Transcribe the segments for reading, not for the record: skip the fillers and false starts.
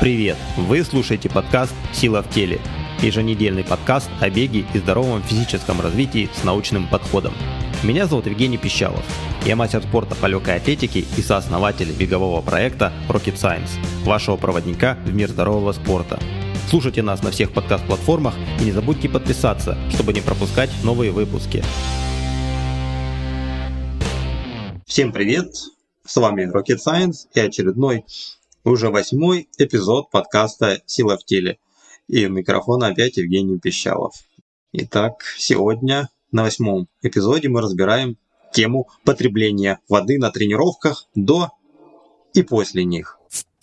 Привет! Вы слушаете подкаст «Сила в теле». Еженедельный подкаст о беге и здоровом физическом развитии с научным подходом. Меня зовут Евгений Пищалов. Я мастер спорта по легкой атлетике и сооснователь бегового проекта Rocket Science, вашего проводника в мир здорового спорта. Слушайте нас на всех подкаст-платформах и не забудьте подписаться, чтобы не пропускать новые выпуски. Всем привет! С вами Rocket Science и очередной, уже 8-й эпизод подкаста «Сила в теле». И у микрофона опять Евгений Пищалов. Итак, сегодня на 8-м эпизоде мы разбираем тему потребления воды на тренировках до и после них.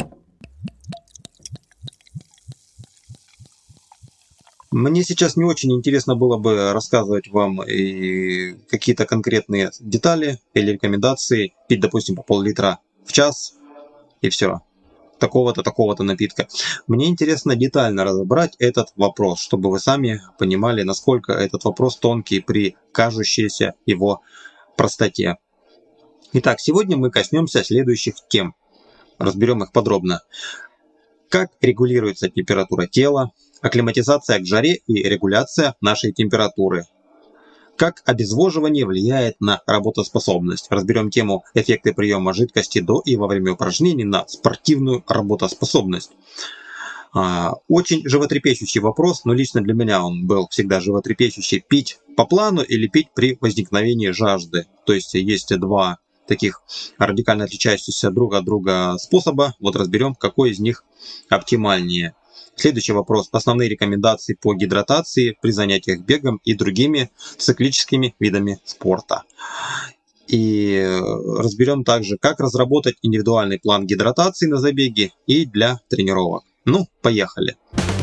Мне сейчас не очень интересно было бы рассказывать вам и какие-то конкретные детали или рекомендации. Пить, допустим, по пол-литра в час и все. Такого-то напитка. Мне интересно детально разобрать этот вопрос, чтобы вы сами понимали, насколько этот вопрос тонкий при кажущейся его простоте. Итак, сегодня мы коснемся следующих тем. Разберем их подробно. Как регулируется температура тела, акклиматизация к жаре и регуляция нашей температуры. Как обезвоживание влияет на работоспособность. Разберем тему эффекты приема жидкости до и во время упражнений на спортивную работоспособность. Очень животрепещущий вопрос, но лично для меня он был всегда животрепещущий. Пить по плану или пить при возникновении жажды. То есть есть два таких радикально отличающихся друг от друга способа. Вот разберем, какой из них оптимальнее. Следующий вопрос. Основные рекомендации по гидратации при занятиях бегом и другими циклическими видами спорта. И разберем также, как разработать индивидуальный план гидратации на забеге и для тренировок. Ну, поехали.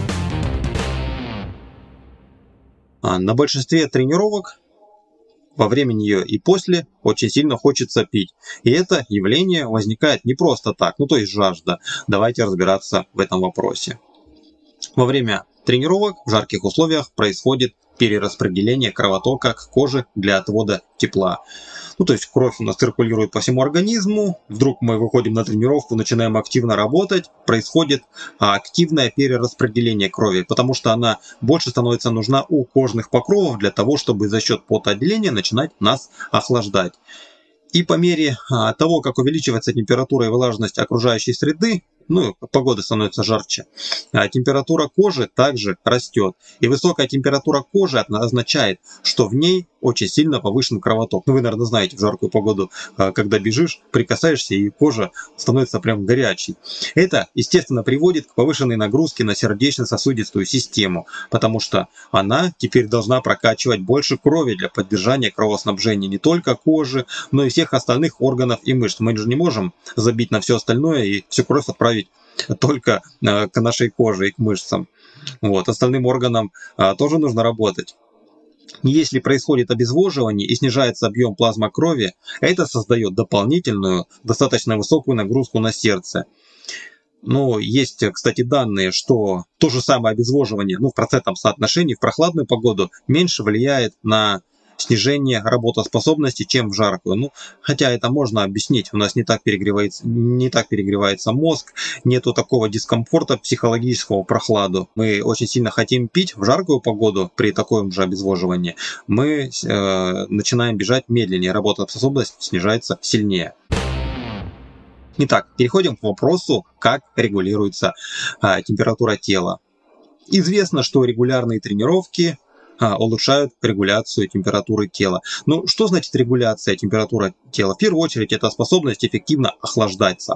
На большинстве тренировок во время нее и после очень сильно хочется пить. И это явление возникает не просто так, то есть жажда. Давайте разбираться в этом вопросе. Во время тренировок в жарких условиях происходит перераспределение кровотока к коже для отвода тепла. То есть кровь у нас циркулирует по всему организму, вдруг мы выходим на тренировку, начинаем активно работать, происходит активное перераспределение крови, потому что она больше становится нужна у кожных покровов для того, чтобы за счет потоотделения начинать нас охлаждать. И по мере того, как увеличивается температура и влажность окружающей среды, погода становится жарче, температура кожи также растет. И высокая температура кожи означает, что в ней очень сильно повышен кровоток. Вы, наверное, знаете, в жаркую погоду, когда бежишь, прикасаешься, и кожа становится прям горячей. Это, естественно, приводит к повышенной нагрузке на сердечно-сосудистую систему, потому что она теперь должна прокачивать больше крови для поддержания кровоснабжения не только кожи, но и всех остальных органов и мышц. Мы же не можем забить на все остальное и всю кровь отправить только к нашей коже и к мышцам. Остальным органам тоже нужно работать. Если происходит обезвоживание и снижается объем плазмы крови, это создает дополнительную, достаточно высокую нагрузку на сердце. Есть, кстати, данные, что то же самое обезвоживание в процентном соотношении в прохладную погоду меньше влияет на снижение работоспособности, чем в жаркую. Хотя это можно объяснить. У нас не так перегревается мозг, нету такого дискомфорта психологического в прохладу. Мы очень сильно хотим пить в жаркую погоду при таком же обезвоживании. Мы начинаем бежать медленнее, работоспособность снижается сильнее. Итак, переходим к вопросу, как регулируется температура тела. Известно, что регулярные тренировки улучшают регуляцию температуры тела. Что значит регуляция температуры тела? В первую очередь, это способность эффективно охлаждаться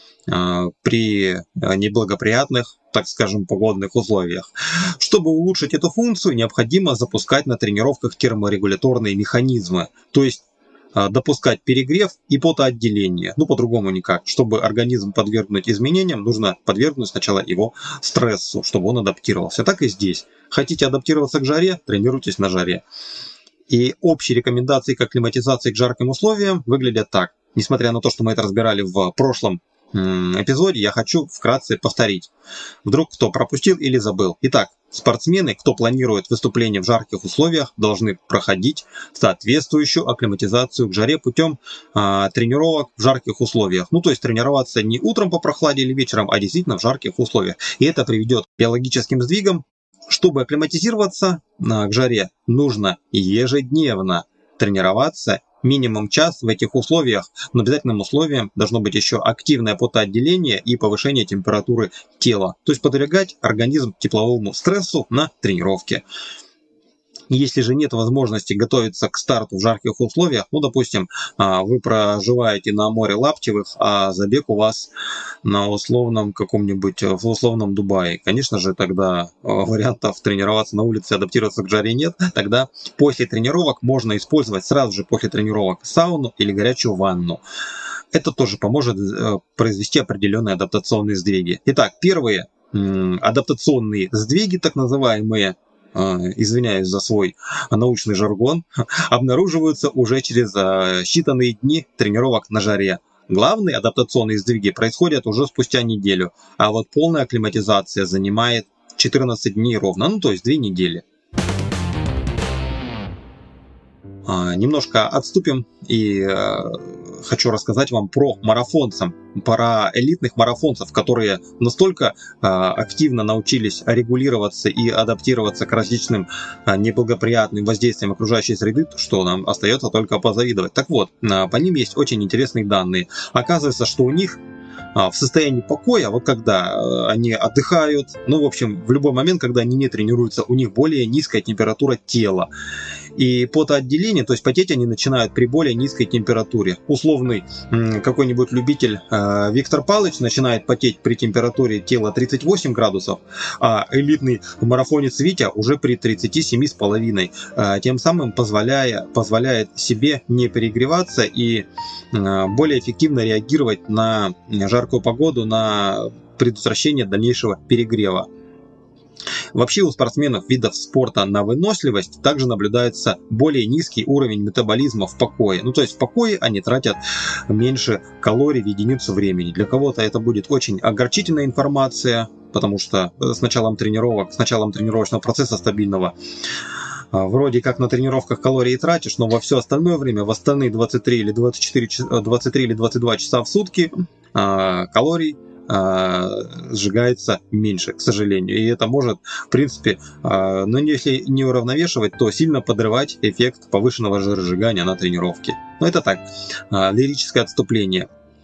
при неблагоприятных, так скажем, погодных условиях. Чтобы улучшить эту функцию, необходимо запускать на тренировках терморегуляторные механизмы, то есть допускать перегрев и потоотделение. По-другому никак. Чтобы организм подвергнуть изменениям, нужно подвергнуть сначала его стрессу, чтобы он адаптировался. Так и здесь. Хотите адаптироваться к жаре? Тренируйтесь на жаре. И общие рекомендации к акклиматизации к жарким условиям выглядят так. Несмотря на то, что мы это разбирали в прошлом эпизоде, я хочу вкратце повторить. Вдруг кто пропустил или забыл. Итак, спортсмены, кто планирует выступление в жарких условиях, должны проходить соответствующую акклиматизацию к жаре путем тренировок в жарких условиях. Ну, то есть тренироваться не утром по прохладе или вечером, а действительно в жарких условиях. И это приведет к биологическим сдвигам. Чтобы акклиматизироваться к жаре, нужно ежедневно тренироваться минимум час в этих условиях, но обязательным условием должно быть еще активное потоотделение и повышение температуры тела, то есть подвергать организм тепловому стрессу на тренировке. Если же нет возможности готовиться к старту в жарких условиях, ну, допустим, вы проживаете на море Лаптевых, а забег у вас на условном каком-нибудь, в условном Дубае, конечно же, тогда вариантов тренироваться на улице, адаптироваться к жаре нет. Тогда после тренировок можно использовать сразу же после тренировок сауну или горячую ванну. Это тоже поможет произвести определенные адаптационные сдвиги. Итак, первые адаптационные сдвиги, так называемые, извиняюсь за свой научный жаргон, обнаруживаются уже через считанные дни тренировок на жаре. Главные адаптационные сдвиги происходят уже спустя неделю, а вот полная акклиматизация занимает 14 дней ровно, ну то есть 2 недели. Немножко отступим и хочу рассказать вам про марафонцев, про элитных марафонцев, которые настолько активно научились регулироваться и адаптироваться к различным неблагоприятным воздействиям окружающей среды, что нам остается только позавидовать. Так вот, по ним есть очень интересные данные. Оказывается, что у них в состоянии покоя, вот когда они отдыхают, ну, в общем, в любой момент, когда они не тренируются, у них более низкая температура тела. И потоотделение, то есть потеть они начинают при более низкой температуре. Условный какой-нибудь любитель Виктор Палыч начинает потеть при температуре тела 38 градусов, а элитный марафонец Витя уже при 37,5, тем самым позволяет себе не перегреваться и более эффективно реагировать на жаркую погоду, на предотвращение дальнейшего перегрева. Вообще у спортсменов видов спорта на выносливость также наблюдается более низкий уровень метаболизма в покое. Ну то есть в покое они тратят меньше калорий в единицу времени. Для кого-то это будет очень огорчительная информация, потому что с началом тренировочного процесса стабильного вроде как на тренировках калории тратишь, но во все остальное время, в остальные 23 или 22 часа в сутки калорий сжигается меньше, к сожалению. И это может, в принципе, но если не уравновешивать, то сильно подрывать эффект повышенного жиросжигания на тренировке. Но это так, лирическое отступление.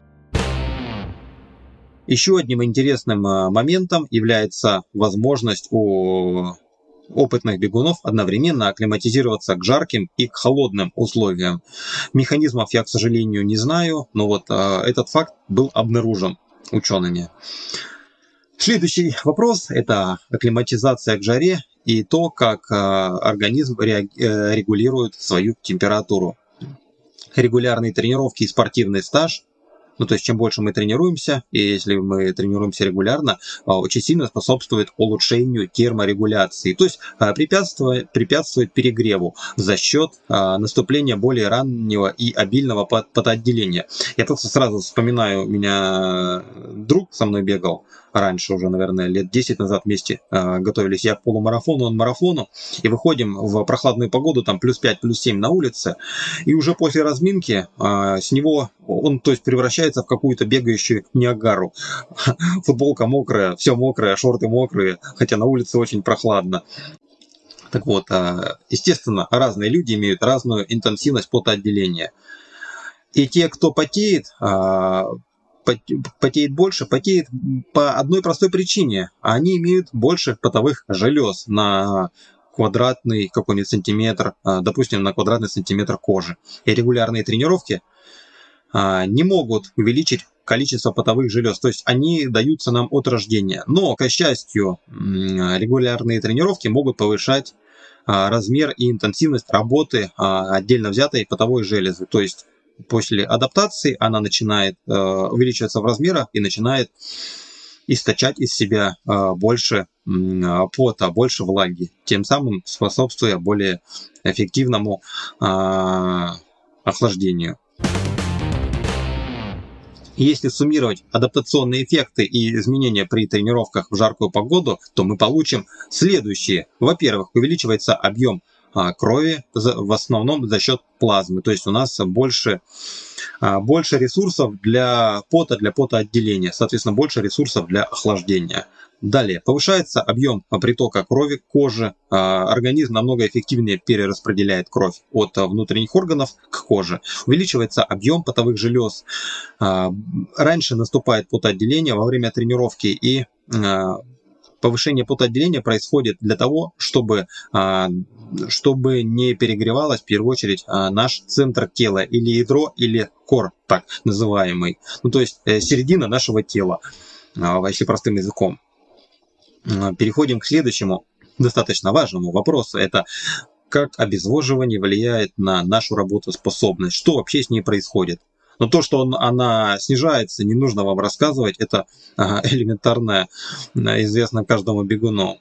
Еще одним интересным моментом является возможность у опытных бегунов одновременно акклиматизироваться к жарким и к холодным условиям. Механизмов я, к сожалению, не знаю, но вот этот факт был обнаружен учеными. Следующий вопрос – это акклиматизация к жаре и то, как организм регулирует свою температуру. Регулярные тренировки и спортивный стаж, ну то есть чем больше мы тренируемся, и если мы тренируемся регулярно, очень сильно способствует улучшению терморегуляции, то есть препятствует перегреву за счет наступления более раннего и обильного потоотделения. Я просто сразу вспоминаю, у меня друг со мной бегал раньше, уже, наверное, лет 10 назад вместе готовились. Я к полумарафону, он к марафону, и выходим в прохладную погоду, там плюс 5, плюс 7 на улице, и уже после разминки с него он, то есть, превращается в какую-то бегающую Ниагару. Футболка мокрая, все мокрое, шорты мокрые, хотя на улице очень прохладно. Так вот, естественно, разные люди имеют разную интенсивность потоотделения. И те, кто потеет больше, потеет по одной простой причине. Они имеют больше потовых желез на квадратный какой-нибудь сантиметр, допустим, на квадратный сантиметр кожи. И регулярные тренировки не могут увеличить количество потовых желез, то есть они даются нам от рождения. Но, к счастью, регулярные тренировки могут повышать размер и интенсивность работы отдельно взятой потовой железы, то есть после адаптации она начинает увеличиваться в размерах и начинает источать из себя больше пота, больше влаги, тем самым способствуя более эффективному охлаждению. Если суммировать адаптационные эффекты и изменения при тренировках в жаркую погоду, то мы получим следующие. Во-первых, увеличивается объем крови в основном за счет плазмы. То есть у нас больше ресурсов для потоотделения, соответственно, больше ресурсов для охлаждения. Далее, повышается объем притока крови к коже. Организм намного эффективнее перераспределяет кровь от внутренних органов к коже. Увеличивается объем потовых желез. Раньше наступает потоотделение во время тренировки, и повышение потоотделения происходит для того, чтобы не перегревалось в первую очередь наш центр тела, или ядро, или кор, так называемый. Ну, то есть середина нашего тела, если простым языком. Переходим к следующему достаточно важному вопросу. Это как обезвоживание влияет на нашу работоспособность. Что вообще с ней происходит? Но то, что она снижается, не нужно вам рассказывать. Это элементарно известно каждому бегуну.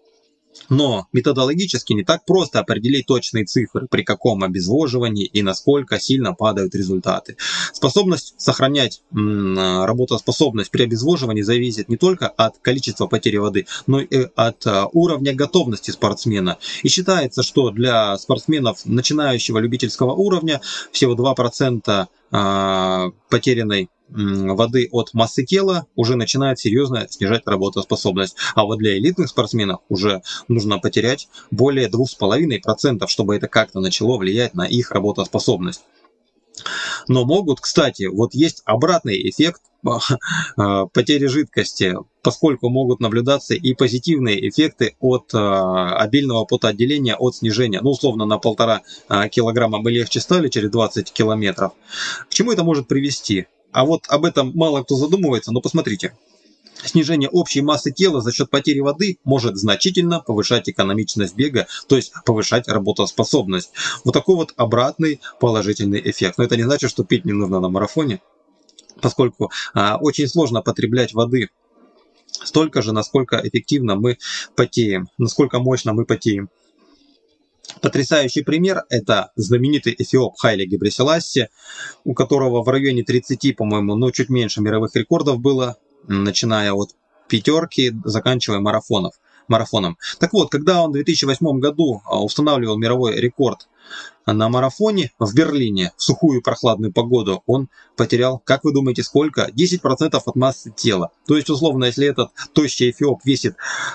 Но методологически не так просто определить точные цифры, при каком обезвоживании и насколько сильно падают результаты. Способность сохранять работоспособность при обезвоживании зависит не только от количества потери воды, но и от уровня готовности спортсмена. И считается, что для спортсменов начинающего любительского уровня всего 2% потерянной воды от массы тела уже начинает серьезно снижать работоспособность. А вот для элитных спортсменов уже нужно потерять более 2,5%, чтобы это как-то начало влиять на их работоспособность. Но могут, кстати, вот есть обратный эффект потери жидкости, поскольку могут наблюдаться и позитивные эффекты от обильного потоотделения от снижения. Ну, условно, на 1,5 килограмма мы легче стали через 20 километров. К чему это может привести? А вот об этом мало кто задумывается, но посмотрите. Снижение общей массы тела за счет потери воды может значительно повышать экономичность бега, то есть повышать работоспособность. Вот такой вот обратный положительный эффект. Но это не значит, что пить не нужно на марафоне, поскольку очень сложно потреблять воды столько же, насколько эффективно мы потеем, насколько мощно мы потеем. Потрясающий пример – это знаменитый эфиоп Хайли Гебресиласси, у которого в районе 30, по-моему, но чуть меньше мировых рекордов было, начиная от 5, заканчивая марафоном. Так вот, когда он в 2008 году устанавливал мировой рекорд на марафоне в Берлине в сухую прохладную погоду, он потерял, как вы думаете, сколько? 10% от массы тела. То есть, условно, если этот тощий эфиоп весил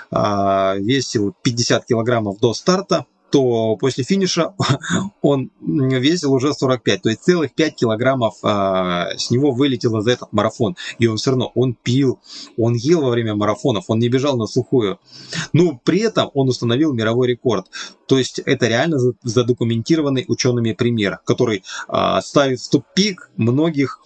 50 килограммов до старта, то после финиша он весил уже 45, то есть целых 5 килограммов с него вылетело за этот марафон. И он все равно, он пил, он ел во время марафонов, он не бежал на сухую. Но при этом он установил мировой рекорд. То есть это реально задокументированный учеными пример, который ставит в тупик многих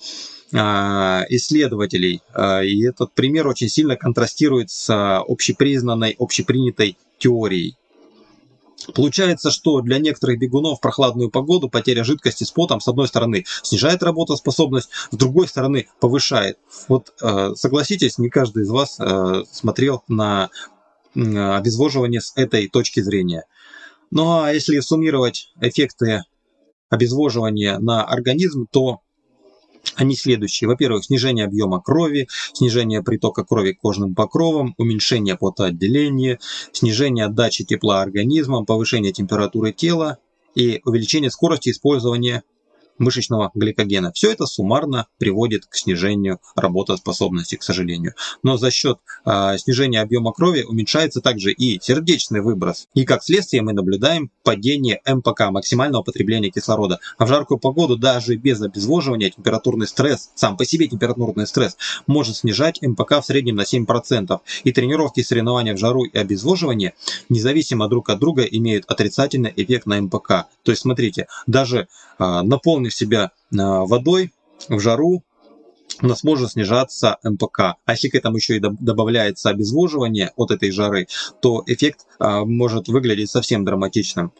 исследователей. И этот пример очень сильно контрастирует с общепризнанной, общепринятой теорией. Получается, что для некоторых бегунов в прохладную погоду потеря жидкости с потом, с одной стороны, снижает работоспособность, с другой стороны, повышает. Вот согласитесь, не каждый из вас смотрел на обезвоживание с этой точки зрения. Ну а если суммировать эффекты обезвоживания на организм, то они следующие. Во-первых, снижение объема крови, снижение притока крови к кожным покровам, уменьшение потоотделения, снижение отдачи тепла организмом, повышение температуры тела и увеличение скорости использования мышечного гликогена. Все это суммарно приводит к снижению работоспособности, к сожалению. Но за счет снижения объема крови уменьшается также и сердечный выброс. И как следствие мы наблюдаем падение МПК, максимального потребления кислорода. А в жаркую погоду даже без обезвоживания температурный стресс, сам по себе температурный стресс, может снижать МПК в среднем на 7%. И тренировки и соревнования в жару и обезвоживание, независимо друг от друга, имеют отрицательный эффект на МПК. То есть смотрите, даже наполнив себя водой в жару, у нас может снижаться МПК. А если к этому еще и добавляется обезвоживание от этой жары, то эффект может выглядеть совсем драматичным.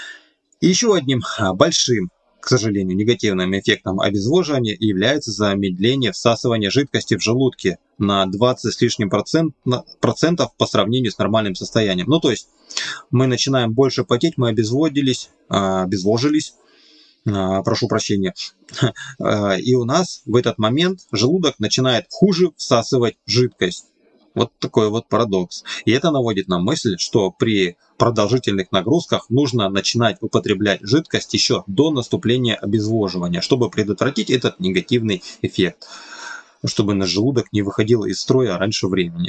И еще одним большим, к сожалению, негативным эффектом обезвоживания является замедление всасывания жидкости в желудке на 20 с лишним процентов по сравнению с нормальным состоянием. Ну то есть мы начинаем больше потеть, мы обезвожились, прошу прощения, и у нас в этот момент желудок начинает хуже всасывать жидкость. Вот такой вот парадокс. И это наводит на мысль, что при продолжительных нагрузках нужно начинать употреблять жидкость еще до наступления обезвоживания, чтобы предотвратить этот негативный эффект, чтобы наш желудок не выходил из строя раньше времени.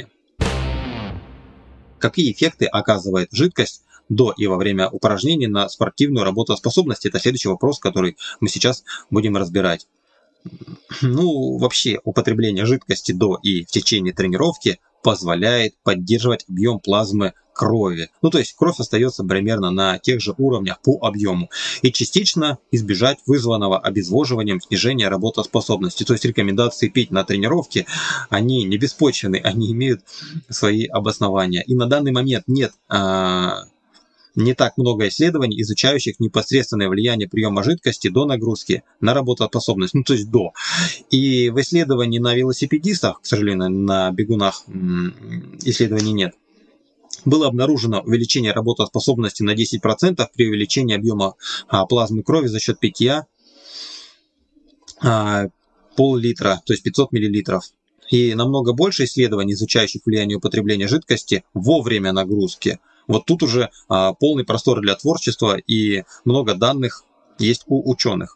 Какие эффекты оказывает жидкость до и во время упражнений на спортивную работоспособность? Это следующий вопрос, который мы сейчас будем разбирать. Вообще, употребление жидкости до и в течение тренировки позволяет поддерживать объем плазмы крови. То есть кровь остается примерно на тех же уровнях по объему. И частично избежать вызванного обезвоживанием снижения работоспособности. То есть рекомендации пить на тренировке, они не беспочвенны, они имеют свои обоснования. И на данный момент нет не так много исследований, изучающих непосредственное влияние приема жидкости до нагрузки на работоспособность, то есть до. И в исследовании на велосипедистах, к сожалению, на бегунах исследований нет, было обнаружено увеличение работоспособности на 10% при увеличении объема плазмы крови за счет питья пол-литра, то есть 500 мл. И намного больше исследований, изучающих влияние употребления жидкости во время нагрузки. Вот тут уже полный простор для творчества и много данных есть у ученых.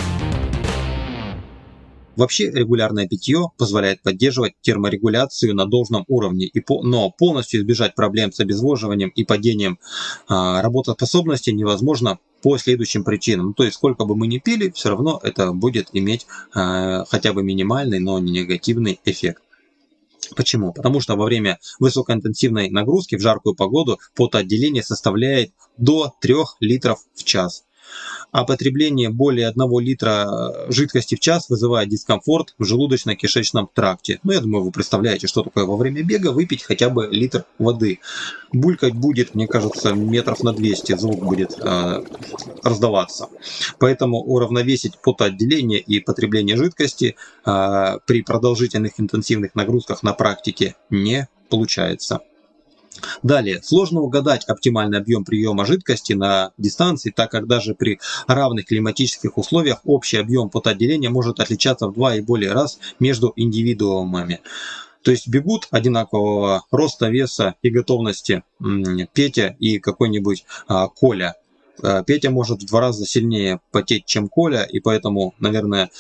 Вообще регулярное питье позволяет поддерживать терморегуляцию на должном уровне, но полностью избежать проблем с обезвоживанием и падением работоспособности невозможно по следующим причинам. То есть сколько бы мы ни пили, все равно это будет иметь хотя бы минимальный, но не негативный эффект. Почему? Потому что во время высокоинтенсивной нагрузки в жаркую погоду потоотделение составляет до 3 литров в час. А потребление более 1 литра жидкости в час вызывает дискомфорт в желудочно-кишечном тракте. Я думаю, вы представляете, что такое во время бега выпить хотя бы литр воды. Булькать будет, мне кажется, метров на 200 звук будет раздаваться. Поэтому уравновесить потоотделение и потребление жидкости при продолжительных интенсивных нагрузках на практике не получается. Далее, сложно угадать оптимальный объем приема жидкости на дистанции, так как даже при равных климатических условиях общий объем потоотделения может отличаться в 2 и более раз между индивидуумами. То есть бегут одинакового роста, веса и готовности Петя и какой-нибудь Коля. Петя может в 2 раза сильнее потеть, чем Коля, и поэтому, наверное,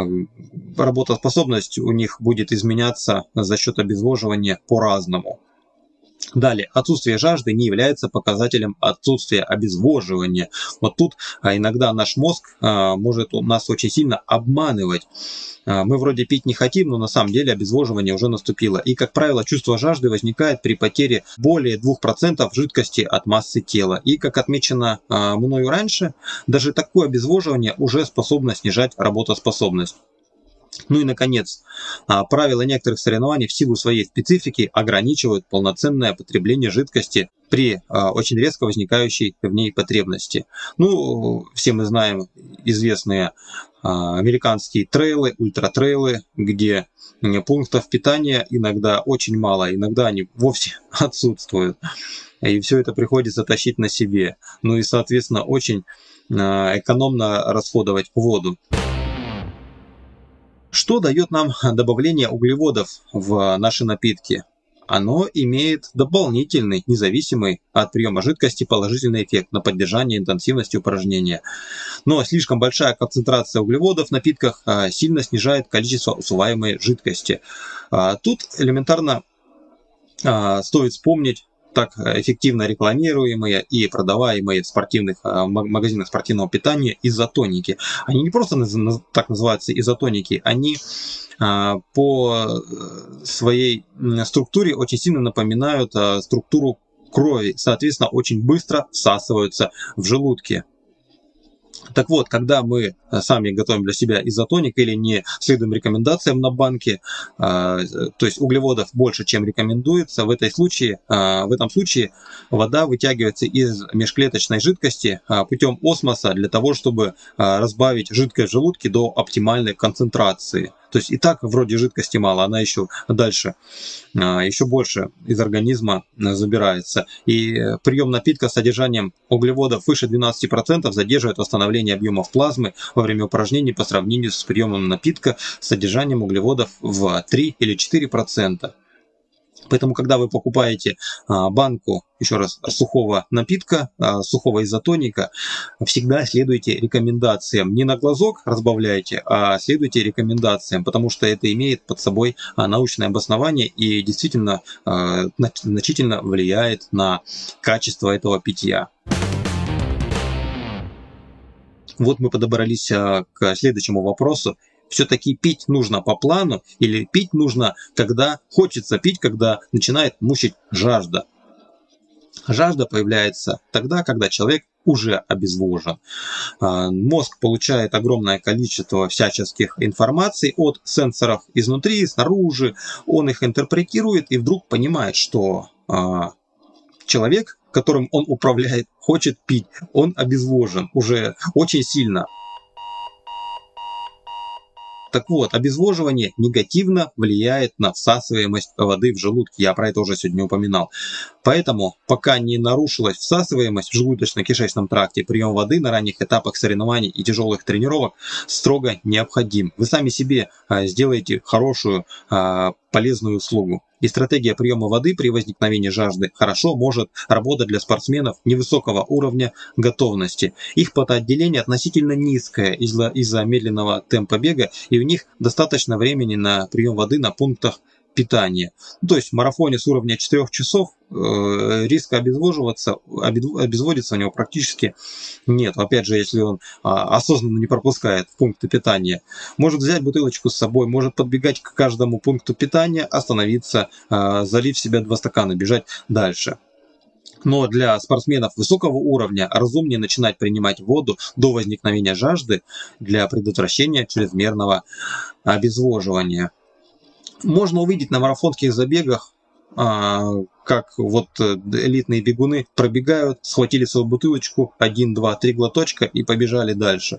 работоспособность у них будет изменяться за счет обезвоживания по-разному. Далее, отсутствие жажды не является показателем отсутствия обезвоживания. Вот тут иногда наш мозг может нас очень сильно обманывать. Мы вроде пить не хотим, но на самом деле обезвоживание уже наступило. И, как правило, чувство жажды возникает при потере более 2% жидкости от массы тела. И, как отмечено мною раньше, даже такое обезвоживание уже способно снижать работоспособность. И, наконец, правила некоторых соревнований в силу своей специфики ограничивают полноценное потребление жидкости при очень резко возникающей в ней потребности. Все мы знаем известные американские трейлы, ультратрейлы, где пунктов питания иногда очень мало, иногда они вовсе отсутствуют. И все это приходится тащить на себе. И, соответственно, очень экономно расходовать воду. Что дает нам добавление углеводов в наши напитки? Оно имеет дополнительный, независимый от приема жидкости положительный эффект на поддержание интенсивности упражнения. Но слишком большая концентрация углеводов в напитках сильно снижает количество усваиваемой жидкости. Тут элементарно стоит вспомнить так эффективно рекламируемые и продаваемые в спортивных магазинах спортивного питания изотоники. Они не просто так называются изотоники, они по своей структуре очень сильно напоминают структуру крови, соответственно, очень быстро всасываются в желудке. Так вот, когда мы сами готовим для себя изотоник или не следуем рекомендациям на банке, то есть углеводов больше, чем рекомендуется, в этом случае вода вытягивается из межклеточной жидкости путем осмоса для того, чтобы разбавить жидкость в желудке до оптимальной концентрации. То есть и так вроде жидкости мало, она еще дальше, еще больше из организма забирается. И прием напитка с содержанием углеводов выше 12% задерживает восстановление объемов плазмы во время упражнений по сравнению с приемом напитка с содержанием углеводов в 3 или 4%. Поэтому, когда вы покупаете банку, еще раз, сухого напитка, сухого изотоника, всегда следуйте рекомендациям. Не на глазок разбавляйте, а следуйте рекомендациям, потому что это имеет под собой научное обоснование и действительно значительно влияет на качество этого питья. Вот мы подобрались к следующему вопросу. Все-таки пить нужно по плану или пить нужно, когда хочется пить, когда начинает мучить жажда? Жажда появляется тогда, когда человек уже обезвожен. Мозг получает огромное количество всяческих информаций от сенсоров изнутри, снаружи. Он их интерпретирует и вдруг понимает, что человек, которым он управляет, хочет пить. Он обезвожен уже очень сильно. Так вот, обезвоживание негативно влияет на всасываемость воды в желудке. Я про это уже сегодня упоминал. Поэтому, пока не нарушилась всасываемость в желудочно-кишечном тракте, прием воды на ранних этапах соревнований и тяжелых тренировок строго необходим. Вы сами себе сделаете хорошую, полезную услугу. И стратегия приема воды при возникновении жажды хорошо может работать для спортсменов невысокого уровня готовности. Их потоотделение относительно низкое из-за медленного темпа бега, и у них достаточно времени на прием воды на пунктах питания. То есть в марафоне с уровня 4 часов риска обезводиться у него практически нет. Опять же, если он осознанно не пропускает пункты питания. Может взять бутылочку с собой, может подбегать к каждому пункту питания, остановиться, залить в себя 2 стакана, бежать дальше. Но для спортсменов высокого уровня разумнее начинать принимать воду до возникновения жажды для предотвращения чрезмерного обезвоживания. Можно увидеть на марафонских забегах, как вот элитные бегуны пробегают, схватили свою бутылочку, 1, 2, 3 глоточка и побежали дальше.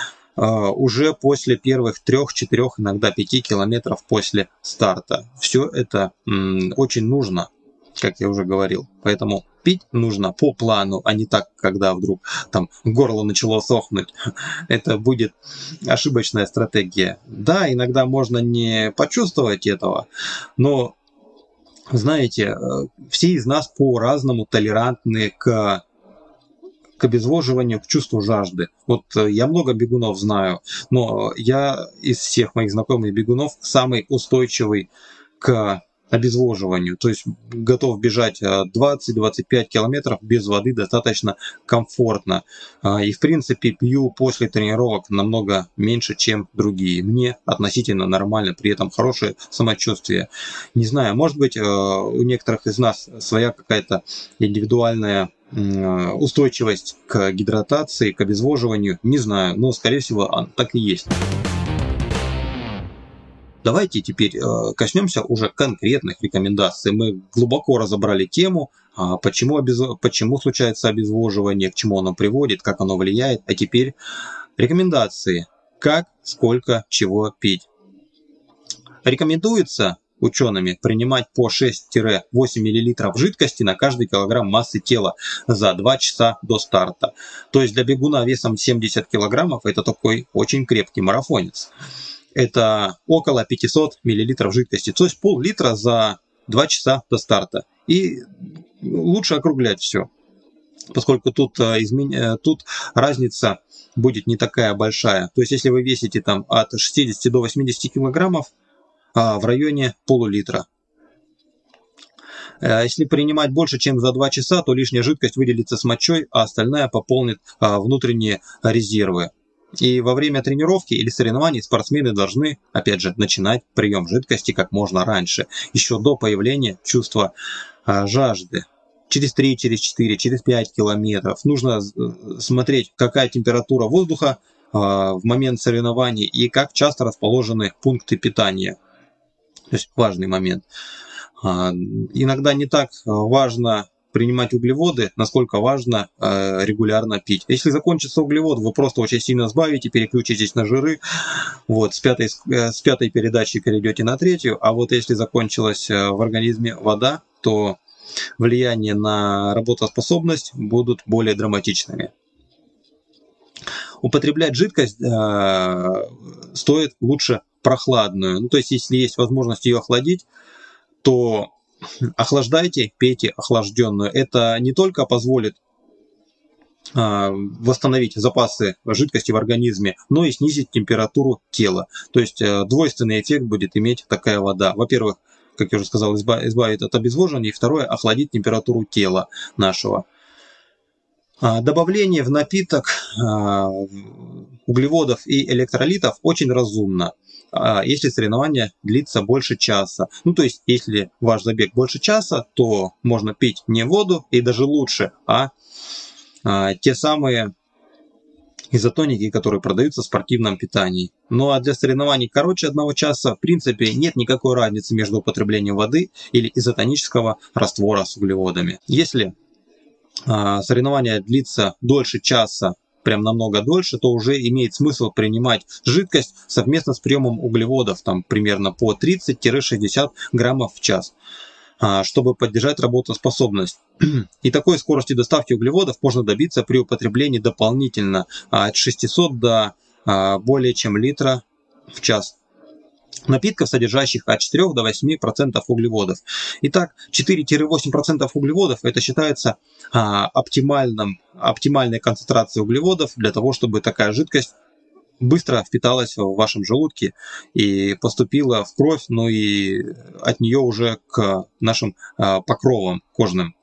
Уже после первых 3, 4, иногда 5 километров после старта. Все это очень нужно, как я уже говорил. Поэтому пить нужно по плану, а не так, когда вдруг там горло начало сохнуть. Это будет ошибочная стратегия. Да, иногда можно не почувствовать этого, но, знаете, все из нас по-разному толерантны к обезвоживанию, к чувству жажды. Вот я много бегунов знаю, но я из всех моих знакомых бегунов самый устойчивый к обезвоживанию. То есть готов бежать 20-25 километров без воды достаточно комфортно. И в принципе пью после тренировок намного меньше, чем другие. Мне относительно нормально, при этом хорошее самочувствие. Не знаю, может быть у некоторых из нас своя какая-то индивидуальная устойчивость к гидратации, к обезвоживанию. Не знаю, но скорее всего так и есть. Давайте теперь коснемся уже конкретных рекомендаций. Мы глубоко разобрали тему, почему случается обезвоживание, к чему оно приводит, как оно влияет. А теперь рекомендации. Как, сколько, чего пить. Рекомендуется учеными принимать по 6-8 мл жидкости на каждый килограмм массы тела за 2 часа до старта. То есть для бегуна весом 70 килограммов это такой очень крепкий марафонец. Это около 500 мл жидкости, то есть пол-литра за 2 часа до старта. И лучше округлять все, поскольку тут разница будет не такая большая. То есть если вы весите там от 60 до 80 килограммов, в районе полулитра. Если принимать больше, чем за 2 часа, то лишняя жидкость выделится с мочой, а остальная пополнит внутренние резервы. И во время тренировки или соревнований спортсмены должны, опять же, начинать прием жидкости как можно раньше, еще до появления чувства жажды. Через 3, через 4, через 5 километров. Нужно смотреть, какая температура воздуха в момент соревнований и как часто расположены пункты питания. То есть важный момент. Иногда не так важно принимать углеводы, насколько важно регулярно пить. Если закончится углевод, вы просто очень сильно сбавите, переключитесь на жиры, вот, с пятой передачи перейдете на третью, а вот если закончилась в организме вода, то влияние на работоспособность будут более драматичными. Употреблять жидкость стоит лучше прохладную. Ну, то есть, если есть возможность ее охладить, то охлаждайте, пейте охлажденную. Это не только позволит восстановить запасы жидкости в организме, но и снизить температуру тела. То есть двойственный эффект будет иметь такая вода. Во-первых, как я уже сказал, избавит от обезвоживания, и второе, охладит температуру тела нашего. Добавление в напиток углеводов и электролитов очень разумно, если соревнование длится больше часа. Ну, то есть, если ваш забег больше часа, то можно пить не воду, и даже лучше, а те самые изотоники, которые продаются в спортивном питании. Ну а для соревнований короче 1 часа, в принципе, нет никакой разницы между употреблением воды или изотонического раствора с углеводами. Если соревнование длится дольше часа, прям намного дольше, то уже имеет смысл принимать жидкость совместно с приемом углеводов, там примерно по 30-60 граммов в час, чтобы поддержать работоспособность. И такой скорости доставки углеводов можно добиться при употреблении дополнительно от 600 до более чем литра в час напитков, содержащих от 4 до 8% углеводов. Итак, 4-8% углеводов это считается оптимальной концентрацией углеводов для того, чтобы такая жидкость быстро впиталась в вашем желудке и поступила в кровь, ну и от нее уже к нашим покровам кожным.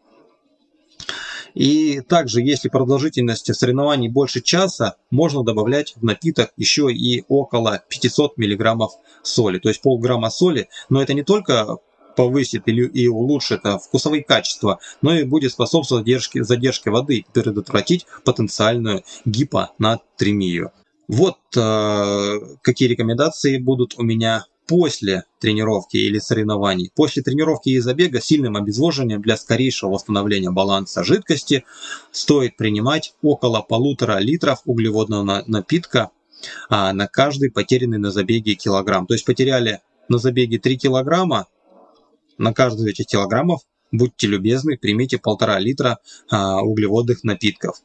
И также, если продолжительность соревнований больше часа, можно добавлять в напиток еще и около 500 мг соли, то есть полграмма соли, но это не только повысит и улучшит вкусовые качества, но и будет способствовать задержке воды и предотвратить потенциальную гипонатремию. Вот какие рекомендации будут у меня после тренировки или соревнований. После тренировки и забега с сильным обезвоживанием для скорейшего восстановления баланса жидкости стоит принимать около 1,5 литров углеводного напитка на каждый потерянный на забеге килограмм. То есть потеряли на забеге 3 килограмма, на каждый из этих килограммов будьте любезны, примите 1,5 литра углеводных напитков.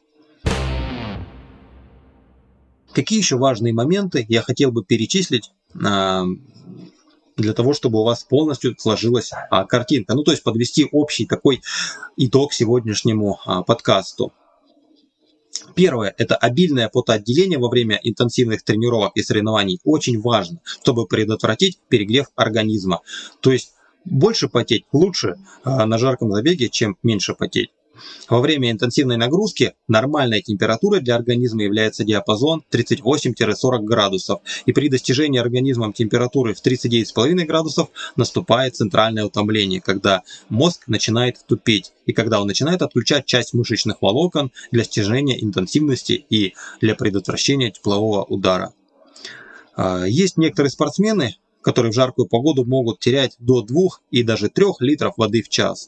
Какие еще важные моменты я хотел бы перечислить для того, чтобы у вас полностью сложилась картинка. Ну, то есть подвести общий такой итог сегодняшнему подкасту. Первое – это обильное потоотделение во время интенсивных тренировок и соревнований. Очень важно, чтобы предотвратить перегрев организма. То есть больше потеть лучше на жарком забеге, чем меньше потеть. Во время интенсивной нагрузки нормальной температурой для организма является диапазон 38-40 градусов. И при достижении организмом температуры в 39,5 градусов наступает центральное утомление, когда мозг начинает тупеть и когда он начинает отключать часть мышечных волокон для снижения интенсивности и для предотвращения теплового удара. Есть некоторые спортсмены, которые в жаркую погоду могут терять до 2 и даже 3 литров воды в час.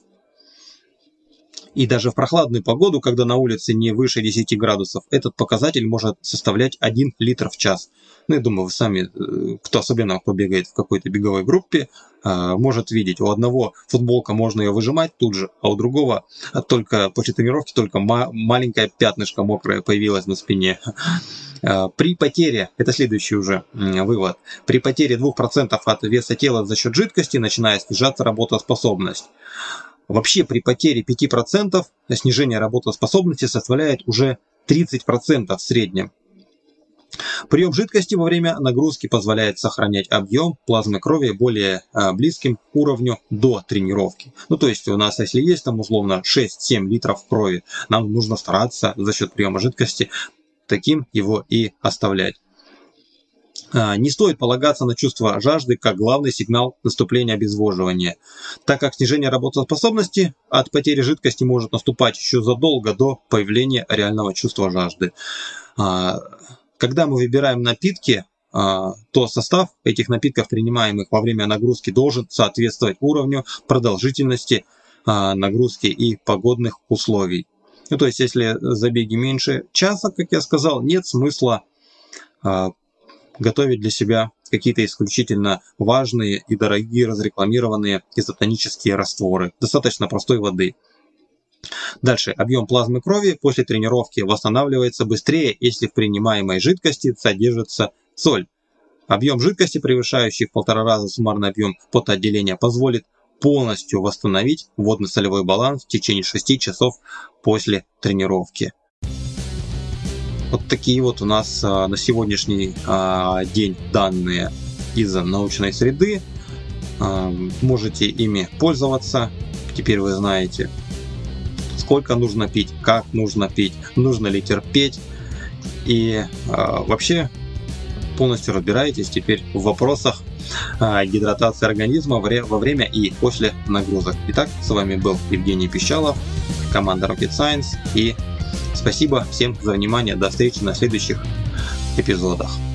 И даже в прохладную погоду, когда на улице не выше 10 градусов, этот показатель может составлять 1 литр в час. Ну, я думаю, вы сами, особенно кто бегает в какой-то беговой группе, может видеть. У одного футболка можно ее выжимать тут же, а у другого только после тренировки только маленькое пятнышко мокрое появилось на спине. При потере, это следующий уже вывод, при потере 2% от веса тела за счет жидкости начинает снижаться работоспособность. Вообще при потере 5% снижение работоспособности составляет уже 30% в среднем. Прием жидкости во время нагрузки позволяет сохранять объем плазмы крови более близким к уровню до тренировки. Ну, то есть у нас, если есть там условно 6-7 литров крови, нам нужно стараться за счет приема жидкости таким его и оставлять. Не стоит полагаться на чувство жажды как главный сигнал наступления обезвоживания, так как снижение работоспособности от потери жидкости может наступать еще задолго до появления реального чувства жажды. Когда мы выбираем напитки, то состав этих напитков, принимаемых во время нагрузки, должен соответствовать уровню продолжительности нагрузки и погодных условий. Ну, то есть, если забеги меньше часа, как я сказал, нет смысла готовить для себя какие-то исключительно важные и дорогие разрекламированные изотонические растворы. Достаточно простой воды. Дальше. Объем плазмы крови после тренировки восстанавливается быстрее, если в принимаемой жидкости содержится соль. Объем жидкости, превышающий в 1,5 раза суммарный объем потоотделения, позволит полностью восстановить водно-солевой баланс в течение 6 часов после тренировки. Вот такие вот у нас на сегодняшний день данные из научной среды. Можете ими пользоваться. Теперь вы знаете, сколько нужно пить, как нужно пить, нужно ли терпеть. И вообще полностью разбираетесь теперь в вопросах гидратации организма во время и после нагрузок. Итак, с вами был Евгений Пищалов, команда Rocket Science, и спасибо всем за внимание. До встречи на следующих эпизодах.